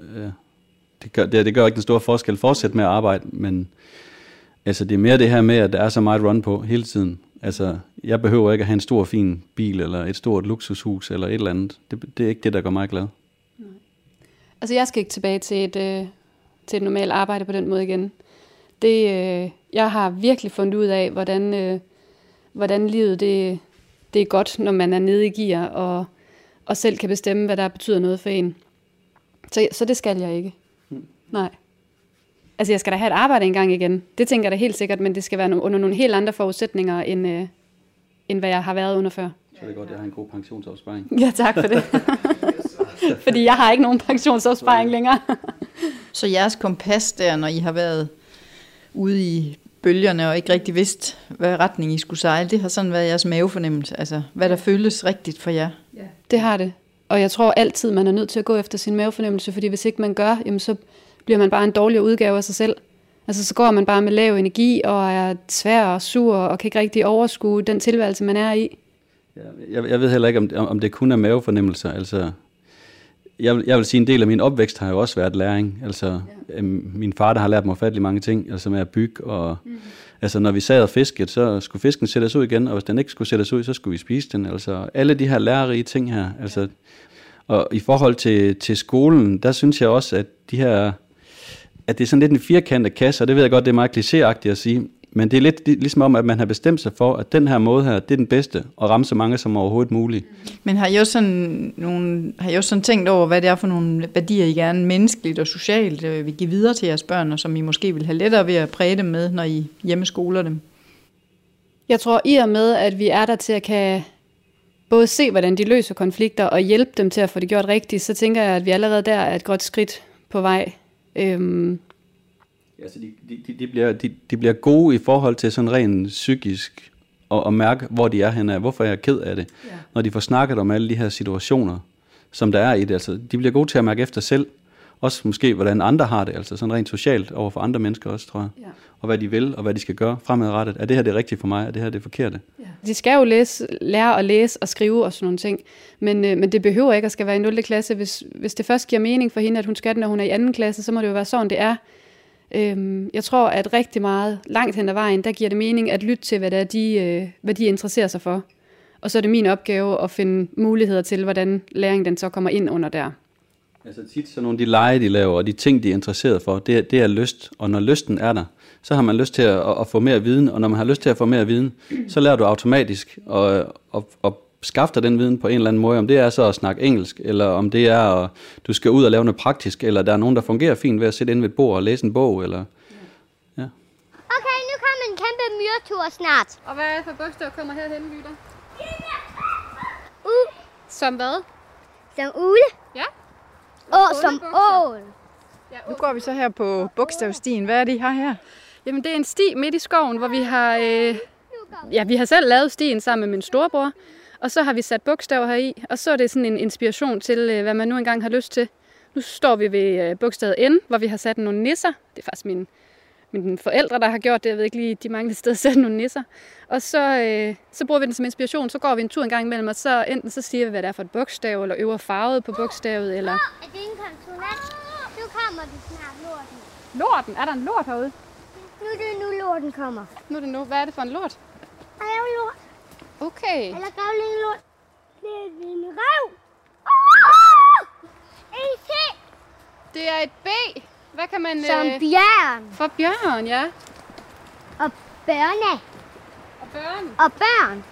det gør ikke den store forskel, fortsætte med at arbejde, men altså det er mere det her med, at der er så meget run på hele tiden. Altså jeg behøver ikke at have en stor fin bil, eller et stort luksushus, eller et eller andet. Det er ikke det, der gør mig glad. Altså jeg skal ikke tilbage til et normalt arbejde på den måde igen. Jeg har virkelig fundet ud af, hvordan livet det er godt, når man er nede i gear, og selv kan bestemme, hvad der betyder noget for en. Så det skal jeg ikke. Nej. Altså jeg skal da have et arbejde engang igen. Det tænker jeg da helt sikkert, men det skal være under nogle helt andre forudsætninger, end hvad jeg har været under før. Så det er godt, at jeg har en god pensionsopsparing. Ja, tak for det. Fordi jeg har ikke nogen pensionsopsparing længere. Så jeres kompas der, når I har været ude i bølgerne og ikke rigtig vidst, hvad retning I skulle sejle, det har sådan været jeres mavefornemmelse, altså hvad der føles rigtigt for jer? Ja. Det har det. Og jeg tror altid, man er nødt til at gå efter sin mavefornemmelse, fordi hvis ikke man gør, jamen, så bliver man bare en dårligere udgave af sig selv. Altså så går man bare med lav energi og er svær og sur og kan ikke rigtig overskue den tilværelse, man er i. Ja, jeg ved heller ikke, om det kun er mavefornemmelser. Altså, jeg vil sige, en del af min opvækst har jo også været læring. Altså, min far, der har lært mig ufattelig mange ting, altså med at bygge. Og, altså, når vi sad og fiskede, så skulle fisken sættes ud igen, og hvis den ikke skulle sættes ud, så skulle vi spise den. Altså, alle de her lærerige ting her. Altså, og i forhold til skolen, der synes jeg også, at at det er sådan lidt en firkantet kasse, og det ved jeg godt, det er meget klichéagtigt at sige, men det er lidt ligesom om, at man har bestemt sig for, at den her måde her, det er den bedste, og ramme så mange som overhovedet muligt. Men har I også sådan tænkt over, hvad det er for nogle værdier, I gerne menneskeligt og socialt vil give videre til jeres børn, og som I måske vil have lettere ved at præge dem med, når I hjemmeskoler dem? Jeg tror, i og med, at vi er der til at kan både se, hvordan de løser konflikter, og hjælpe dem til at få det gjort rigtigt, så tænker jeg, at vi allerede der er et godt skridt på vej. Altså de bliver gode i forhold til sådan rent psykisk og mærke, hvor de er henne, hvorfor jeg er ked af det. Ja. Når de får snakket om alle de her situationer, som der er i det. Altså, de bliver gode til at mærke efter selv. Også måske, hvordan andre har det. Altså sådan rent socialt over for andre mennesker også, tror jeg. Ja. Og hvad de vil, og hvad de skal gøre fremadrettet. Er det her det rigtige for mig? Er det her det forkerte? Ja. De skal jo lære at læse og skrive og sådan nogle ting. Men det behøver ikke at skal være i 0. klasse. Hvis det først giver mening for hende, at hun skal det, når hun er i 2. klasse, så må det jo være sådan, det er. Jeg tror, at rigtig meget langt hen ad vejen, der giver det mening at lytte til, hvad de interesserer sig for. Og så er det min opgave at finde muligheder til, hvordan læringen den så kommer ind under der. Altså tit sådan nogle de lege, de laver, og de ting, de er interesseret for, det er lyst. Og når lysten er der, så har man lyst til at få mere viden. Og når man har lyst til at få mere viden, så lærer du automatisk at skaffe dig den viden på en eller anden måde. Om det er så at snakke engelsk, eller om det er, at du skal ud og lave noget praktisk, eller der er nogen, der fungerer fint ved at sidde inde ved et bord og læse en bog. Eller, ja. Okay, nu kommer en kæmpe myretur snart. Og hvad er det for bogstav kommer herhen, lytter? Som hvad? Som ugle. Ja. Som ål. Nu går vi så her på bogstavstien. Hvad er det, I har her? Jamen, det er en sti midt i skoven, hvor vi har... vi har selv lavet stien sammen med min storebror. Og så har vi sat bogstaver heri. Og så er det sådan en inspiration til, hvad man nu engang har lyst til. Nu står vi ved bogstavet N, hvor vi har sat nogle nisser. Det er faktisk min mine forældre, der har gjort det. Jeg ved ikke lige, de mangler et sted at sætte nogle nisser. Og så bruger vi den som inspiration. Så går vi en tur en gang imellem, og så enten så siger vi, hvad det er for et bogstav, eller øver farvet på bogstavet, eller... Er det en konsonant? Nu kommer det snart, lorten. Lorten? Er der en lort herude? Nu er det nu, lorten kommer. Nu er det nu. Hvad er det for en lort? Revlort. Okay. Eller grævlingelort. Det er en rev. En C. Det er et B. Hvad kan man... Som bjørn. For bjørn, ja. Og børne. Og børn. Og børn.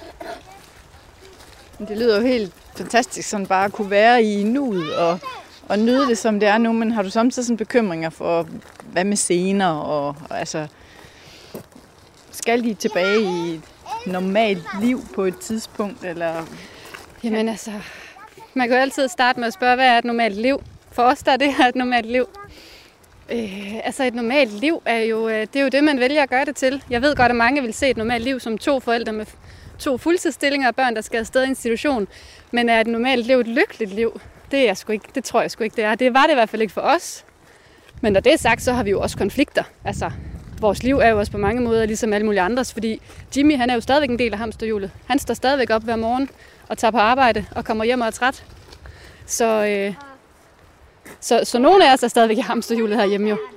Det lyder jo helt fantastisk, sådan bare at kunne være i nuet og nyde det, som det er nu. Men har du samtidig sådan bekymringer for, hvad med senere? Og altså, skal de tilbage i et normalt liv på et tidspunkt? Eller? Jamen altså, man kan jo altid starte med at spørge, hvad er et normalt liv? For os der er det her et normalt liv. Altså et normalt liv er jo, det er jo det, man vælger at gøre det til. Jeg ved godt, at mange vil se et normalt liv som 2 forældre med 2 fuldtidsstillinger og børn, der skal afsted i institution. Men er et normalt liv et lykkeligt liv? Det tror jeg sgu ikke, det er. Det var det i hvert fald ikke for os. Men når det er sagt, så har vi jo også konflikter. Altså, vores liv er jo også på mange måder ligesom alle mulige andres, fordi Jimmy, han er jo stadigvæk en del af hamsterhjulet. Han står stadigvæk op hver morgen og tager på arbejde og kommer hjem og er træt. Så nogle af os er stadigvæk i hamsterhjulet herhjemme jo.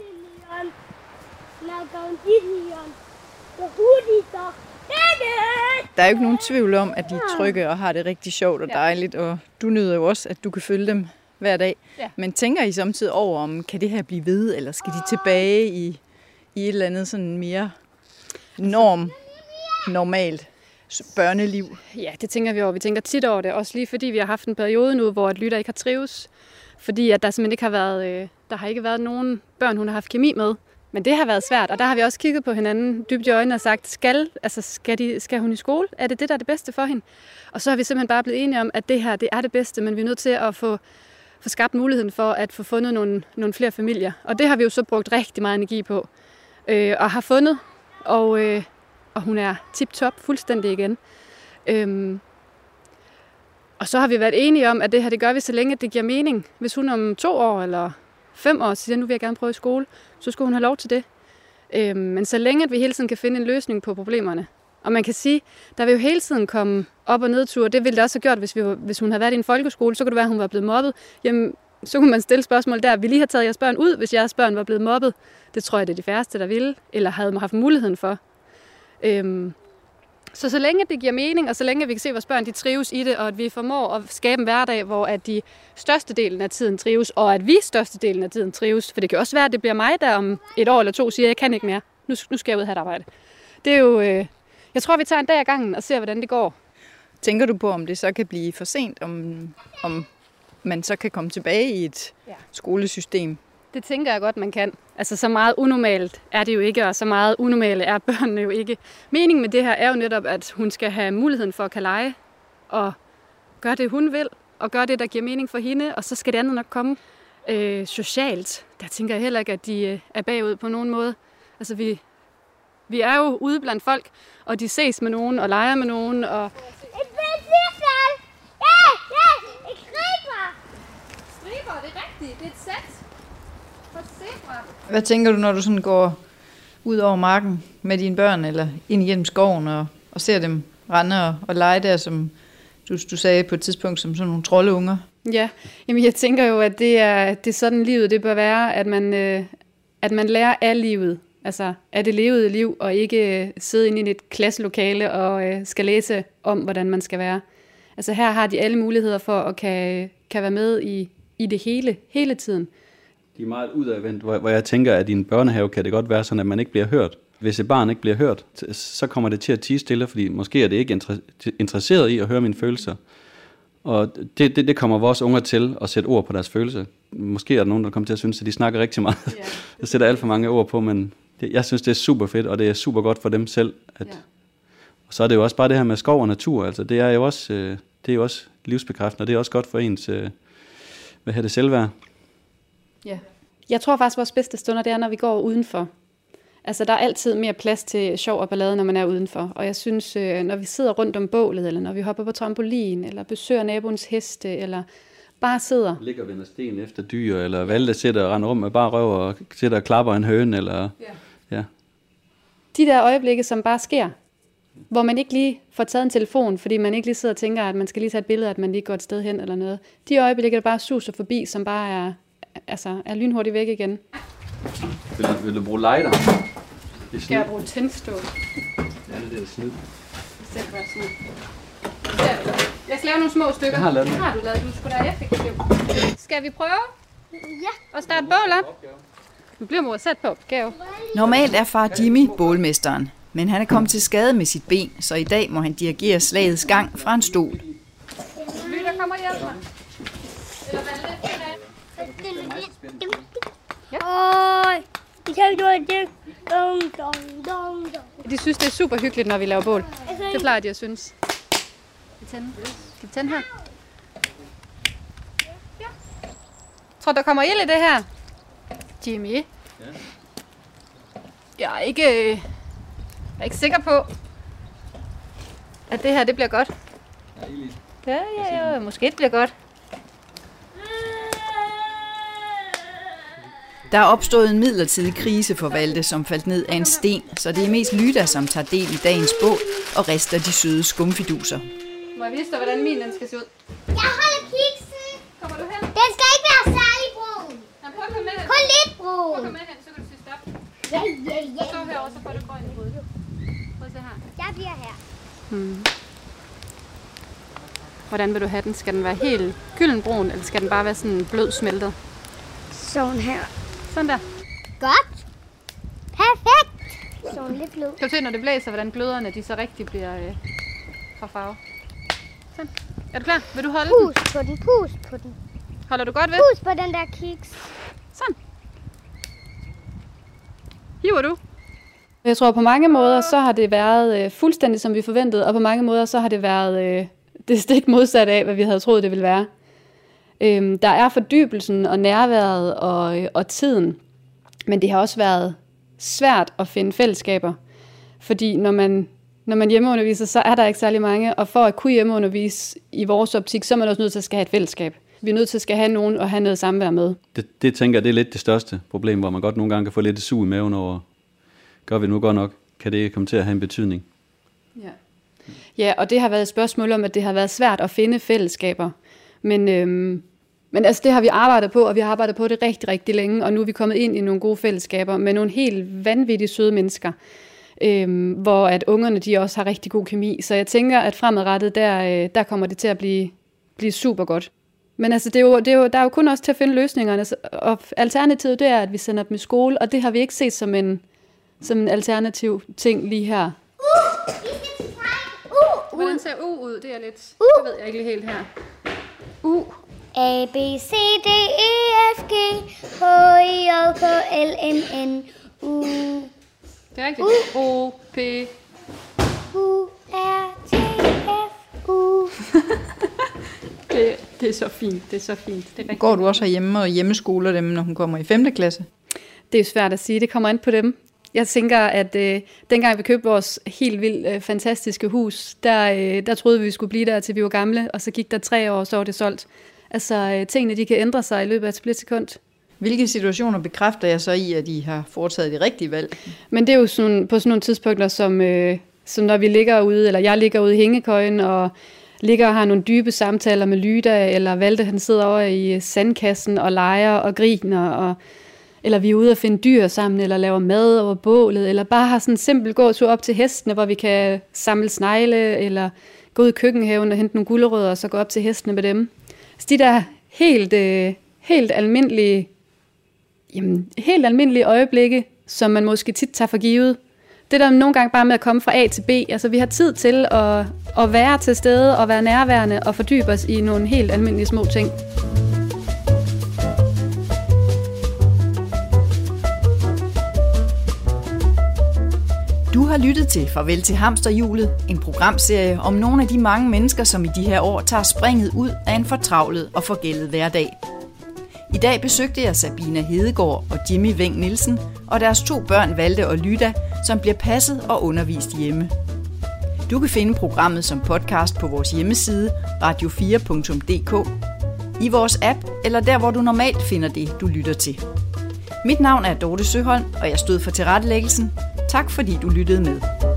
Der er jo ikke nogen tvivl om, at de er trygge og har det rigtig sjovt og dejligt, og du nyder jo også, at du kan følge dem hver dag. Ja. Men tænker I samtidig over, om kan det her blive ved, eller skal de tilbage i et eller andet sådan mere normalt børneliv? Ja, det tænker vi over. Vi tænker tit over det, også lige fordi vi har haft en periode nu, hvor Lytter ikke har trives. Fordi at der simpelthen ikke har været, der har ikke været nogen børn, hun har haft kemi med. Men det har været svært, og der har vi også kigget på hinanden dybt i øjnene og sagt, skal hun i skole? Er det det, der er det bedste for hende? Og så har vi simpelthen bare blevet enige om, at det her, det er det bedste, men vi er nødt til at få skabt muligheden for at få fundet nogle flere familier. Og det har vi jo så brugt rigtig meget energi på, og har fundet, og hun er tip-top fuldstændig igen. Og så har vi været enige om, at det her, det gør vi, så længe det giver mening. Hvis hun om 2 år eller 5 år siger, nu vil jeg gerne prøve i skole, så skulle hun have lov til det. Men så længe at vi hele tiden kan finde en løsning på problemerne. Og man kan sige, der vil jo hele tiden komme op- og nedture. Det ville det også have gjort, hvis hun havde været i en folkeskole. Så kunne det være, at hun var blevet mobbet. Jamen, så kunne man stille spørgsmål der. Vil I have taget jeres børn ud, hvis jeres børn var blevet mobbet? Det tror jeg, det er de færreste, der ville. Eller havde haft muligheden for. Så længe det giver mening, og så længe vi kan se, at vores børn de trives i det, og at vi formår at skabe en hverdag, hvor at de størstedelen af tiden trives, og at vi størstedelen af tiden trives. For det kan også være, at det bliver mig, der om 1 år eller 2 siger, at jeg kan ikke mere. Nu skal jeg ud og have et arbejde. Det er jo, jeg tror, vi tager en dag ad gangen og ser, hvordan det går. Tænker du på, om det så kan blive for sent, om man så kan komme tilbage i et skolesystem? Det tænker jeg godt, man kan. Altså, så meget unormalt er det jo ikke, og så meget unormale er børnene jo ikke. Meningen med det her er jo netop, at hun skal have muligheden for at kan lege, og gøre det, hun vil, og gøre det, der giver mening for hende, og så skal det andet nok komme. Socialt, der tænker jeg heller ikke, at de er bagud på nogen måde. Altså, vi er jo ude blandt folk, og de ses med nogen, og leger med nogen, og... Et benzinfald! Ja! Et striber! Striber, det er rigtigt. Det er et sæt. Hvad tænker du, når du sådan går ud over marken med dine børn, eller ind igennem skoven og ser dem rende og lege der, som du sagde på et tidspunkt, som sådan nogle troldeunger? Ja, jamen jeg tænker jo, at det er sådan livet det bør være, at man lærer af livet. Altså af det levede liv, og ikke sidde inde i et klasselokale og skal læse om, hvordan man skal være. Altså her har de alle muligheder for at kan være med i det hele tiden. De er meget udadvendt, hvor jeg tænker, at i en børnehave kan det godt være sådan, at man ikke bliver hørt. Hvis et barn ikke bliver hørt, så kommer det til at tie stille, fordi måske er det ikke interesseret i at høre mine følelser. Og det kommer vores unger til at sætte ord på deres følelser. Måske er der nogen, der kommer til at synes, at de snakker rigtig meget. Yeah. Jeg sætter alt for mange ord på, men jeg synes, det er super fedt, og det er super godt for dem selv. Og så er det jo også bare det her med skov og natur. Altså, det er jo også livsbekræftende, og det er også godt for ens selvværd. Ja. Jeg tror faktisk, at vores bedste stunder, det er, når vi går udenfor. Altså, der er altid mere plads til sjov og ballade, når man er udenfor. Og jeg synes, når vi sidder rundt om bålet, eller når vi hopper på trampolin, eller besøger naboens heste, eller bare sidder... Ligger og vender sten efter dyr, eller Valde sidder og render rum med bare røv og sidder og klapper en høne, eller De der øjeblikke, som bare sker, hvor man ikke lige får taget en telefon, fordi man ikke lige sidder og tænker, at man skal lige tage et billede, at man lige går et sted hen eller noget. De øjeblikke, der bare suser forbi, som bare er lynhurtigt væk igen. Vil du bruge lighter? Skal jeg bruge tændstål? Ja, det er snyd. Jeg skal lave nogle små stykker. Jeg har lavet dem. Har du lavet? Du skulle da effektiv. Skal vi prøve? Ja. Og starte bål op? Nu bliver mor sat på opgave. Normalt er far Jimmy bålmesteren, men han er kommet til skade med sit ben, så i dag må han dirigere slagets gang fra en stol. Lytter kommer og hjælper mig. Eller hvad lidt? De synes, det er super hyggeligt, når vi laver bål. Det plejer de at synes. Skal vi tænde her? Ja. Tror du, der kommer ild i det her? Jimmy? Ja. Jeg er ikke sikker på, at det her det bliver godt. Ja, måske det bliver godt. Der er opstået en midlertidig krise for Valde, som faldt ned af en sten, så det er mest Lyda, som tager del i dagens bål og rister de søde skumfiduser. Må jeg vise dig, hvordan min den skal se ud? Jeg holder kiksen. Kommer du hen? Den skal ikke være særlig brun. Ja, prøv at komme med hen. Kun lidt Prøv at brun. komme med hen, så kan du sige stop. Ja. Stå herovre, så får du grøn i hovedet. Prøv at se her. Jeg bliver her. Hvordan vil du have den? Skal den være helt gyldenbrun, eller skal den bare være sådan blød smeltet? Sådan her. Sådan der. Godt. Perfekt. Sådan lidt blød. Kan du se, når det blæser, hvordan gløderne de så rigtig bliver fra farve? Sådan. Er du klar? Vil du holde den? Pus på den. Holder du godt ved? Pus på den der kiks. Sådan. Hiver du? Jeg tror, på mange måder, så har det været fuldstændig, som vi forventede, og på mange måder, så har det været det stik modsat af, hvad vi havde troet, det ville være. Der er fordybelsen og nærværet og tiden, men det har også været svært at finde fællesskaber, fordi når man hjemmeunderviser, så er der ikke særlig mange, og for at kunne hjemmeundervise i vores optik, så er man også nødt til at skal have et fællesskab. Vi er nødt til at skal have nogen og have noget samvær med. Det tænker jeg, det er lidt det største problem, hvor man godt nogle gange kan få lidt sug i maven over, gør vi nu godt nok, kan det komme til at have en betydning? Ja, og det har været et spørgsmål om, at det har været svært at finde fællesskaber. Men altså, det har vi arbejdet på, og vi har arbejdet på det rigtig, rigtig længe, og nu er vi kommet ind i nogle gode fællesskaber med nogle helt vanvittigt søde mennesker, hvor at ungerne de også har rigtig god kemi. Så jeg tænker, at fremadrettet, der kommer det til at blive super godt. Men altså, der er jo kun også til at finde løsningerne, og alternativet det er, at vi sender dem i skole, og det har vi ikke set som en alternativ ting lige her. Hvordan ser U ud? Det er lidt... Det ved jeg ikke lige helt her. U. A, B, C, D, E, F, G, H, I, J, K, L, N, N, U. Det er rigtigt. O, P. U, R, T, F, U. Det er så fint. Det er så fint. Det er rigtig. Går du også herhjemme og hjemmeskoler dem, når hun kommer i 5. klasse? Det er svært at sige. Det kommer an på dem. Jeg tænker, at dengang vi købte vores helt vildt fantastiske hus, der troede vi skulle blive der, til vi var gamle, og så gik der 3 år, og så var det solgt. Altså, tingene de kan ændre sig i løbet af et splitsekund. Hvilke situationer bekræfter jeg så i, at I har foretaget det rigtige valg? Men det er jo på sådan nogle tidspunkter, som når vi ligger ude, eller jeg ligger ude i hængekøjen, og ligger og har nogle dybe samtaler med Lyda, eller Valde, han sidder over i sandkassen og leger og griner, eller vi er ude og finde dyr sammen, eller laver mad over bålet, eller bare har sådan en simpel gåtur op til hestene, hvor vi kan samle snegle, eller gå ud i køkkenhaven og hente nogle gulerødder, og så gå op til hestene med dem. Så de der helt almindelige øjeblikke, som man måske tit tager for givet, det der nogle gange bare med at komme fra A til B, altså vi har tid til at være til stede, og være nærværende, og fordybe os i nogle helt almindelige små ting. Du har lyttet til Farvel til hamsterhjulet, en programserie om nogle af de mange mennesker, som i de her år tager springet ud af en fortravlet og forgældet hverdag. I dag besøgte jeg Sabina Hedegaard og Jimmy Weng Nielsen og deres 2 børn Valde og Lyda, som bliver passet og undervist hjemme. Du kan finde programmet som podcast på vores hjemmeside radio4.dk, i vores app eller der, hvor du normalt finder det, du lytter til. Mit navn er Dorte Søholm, og jeg stod for tilrettelæggelsen. Tak fordi du lyttede med.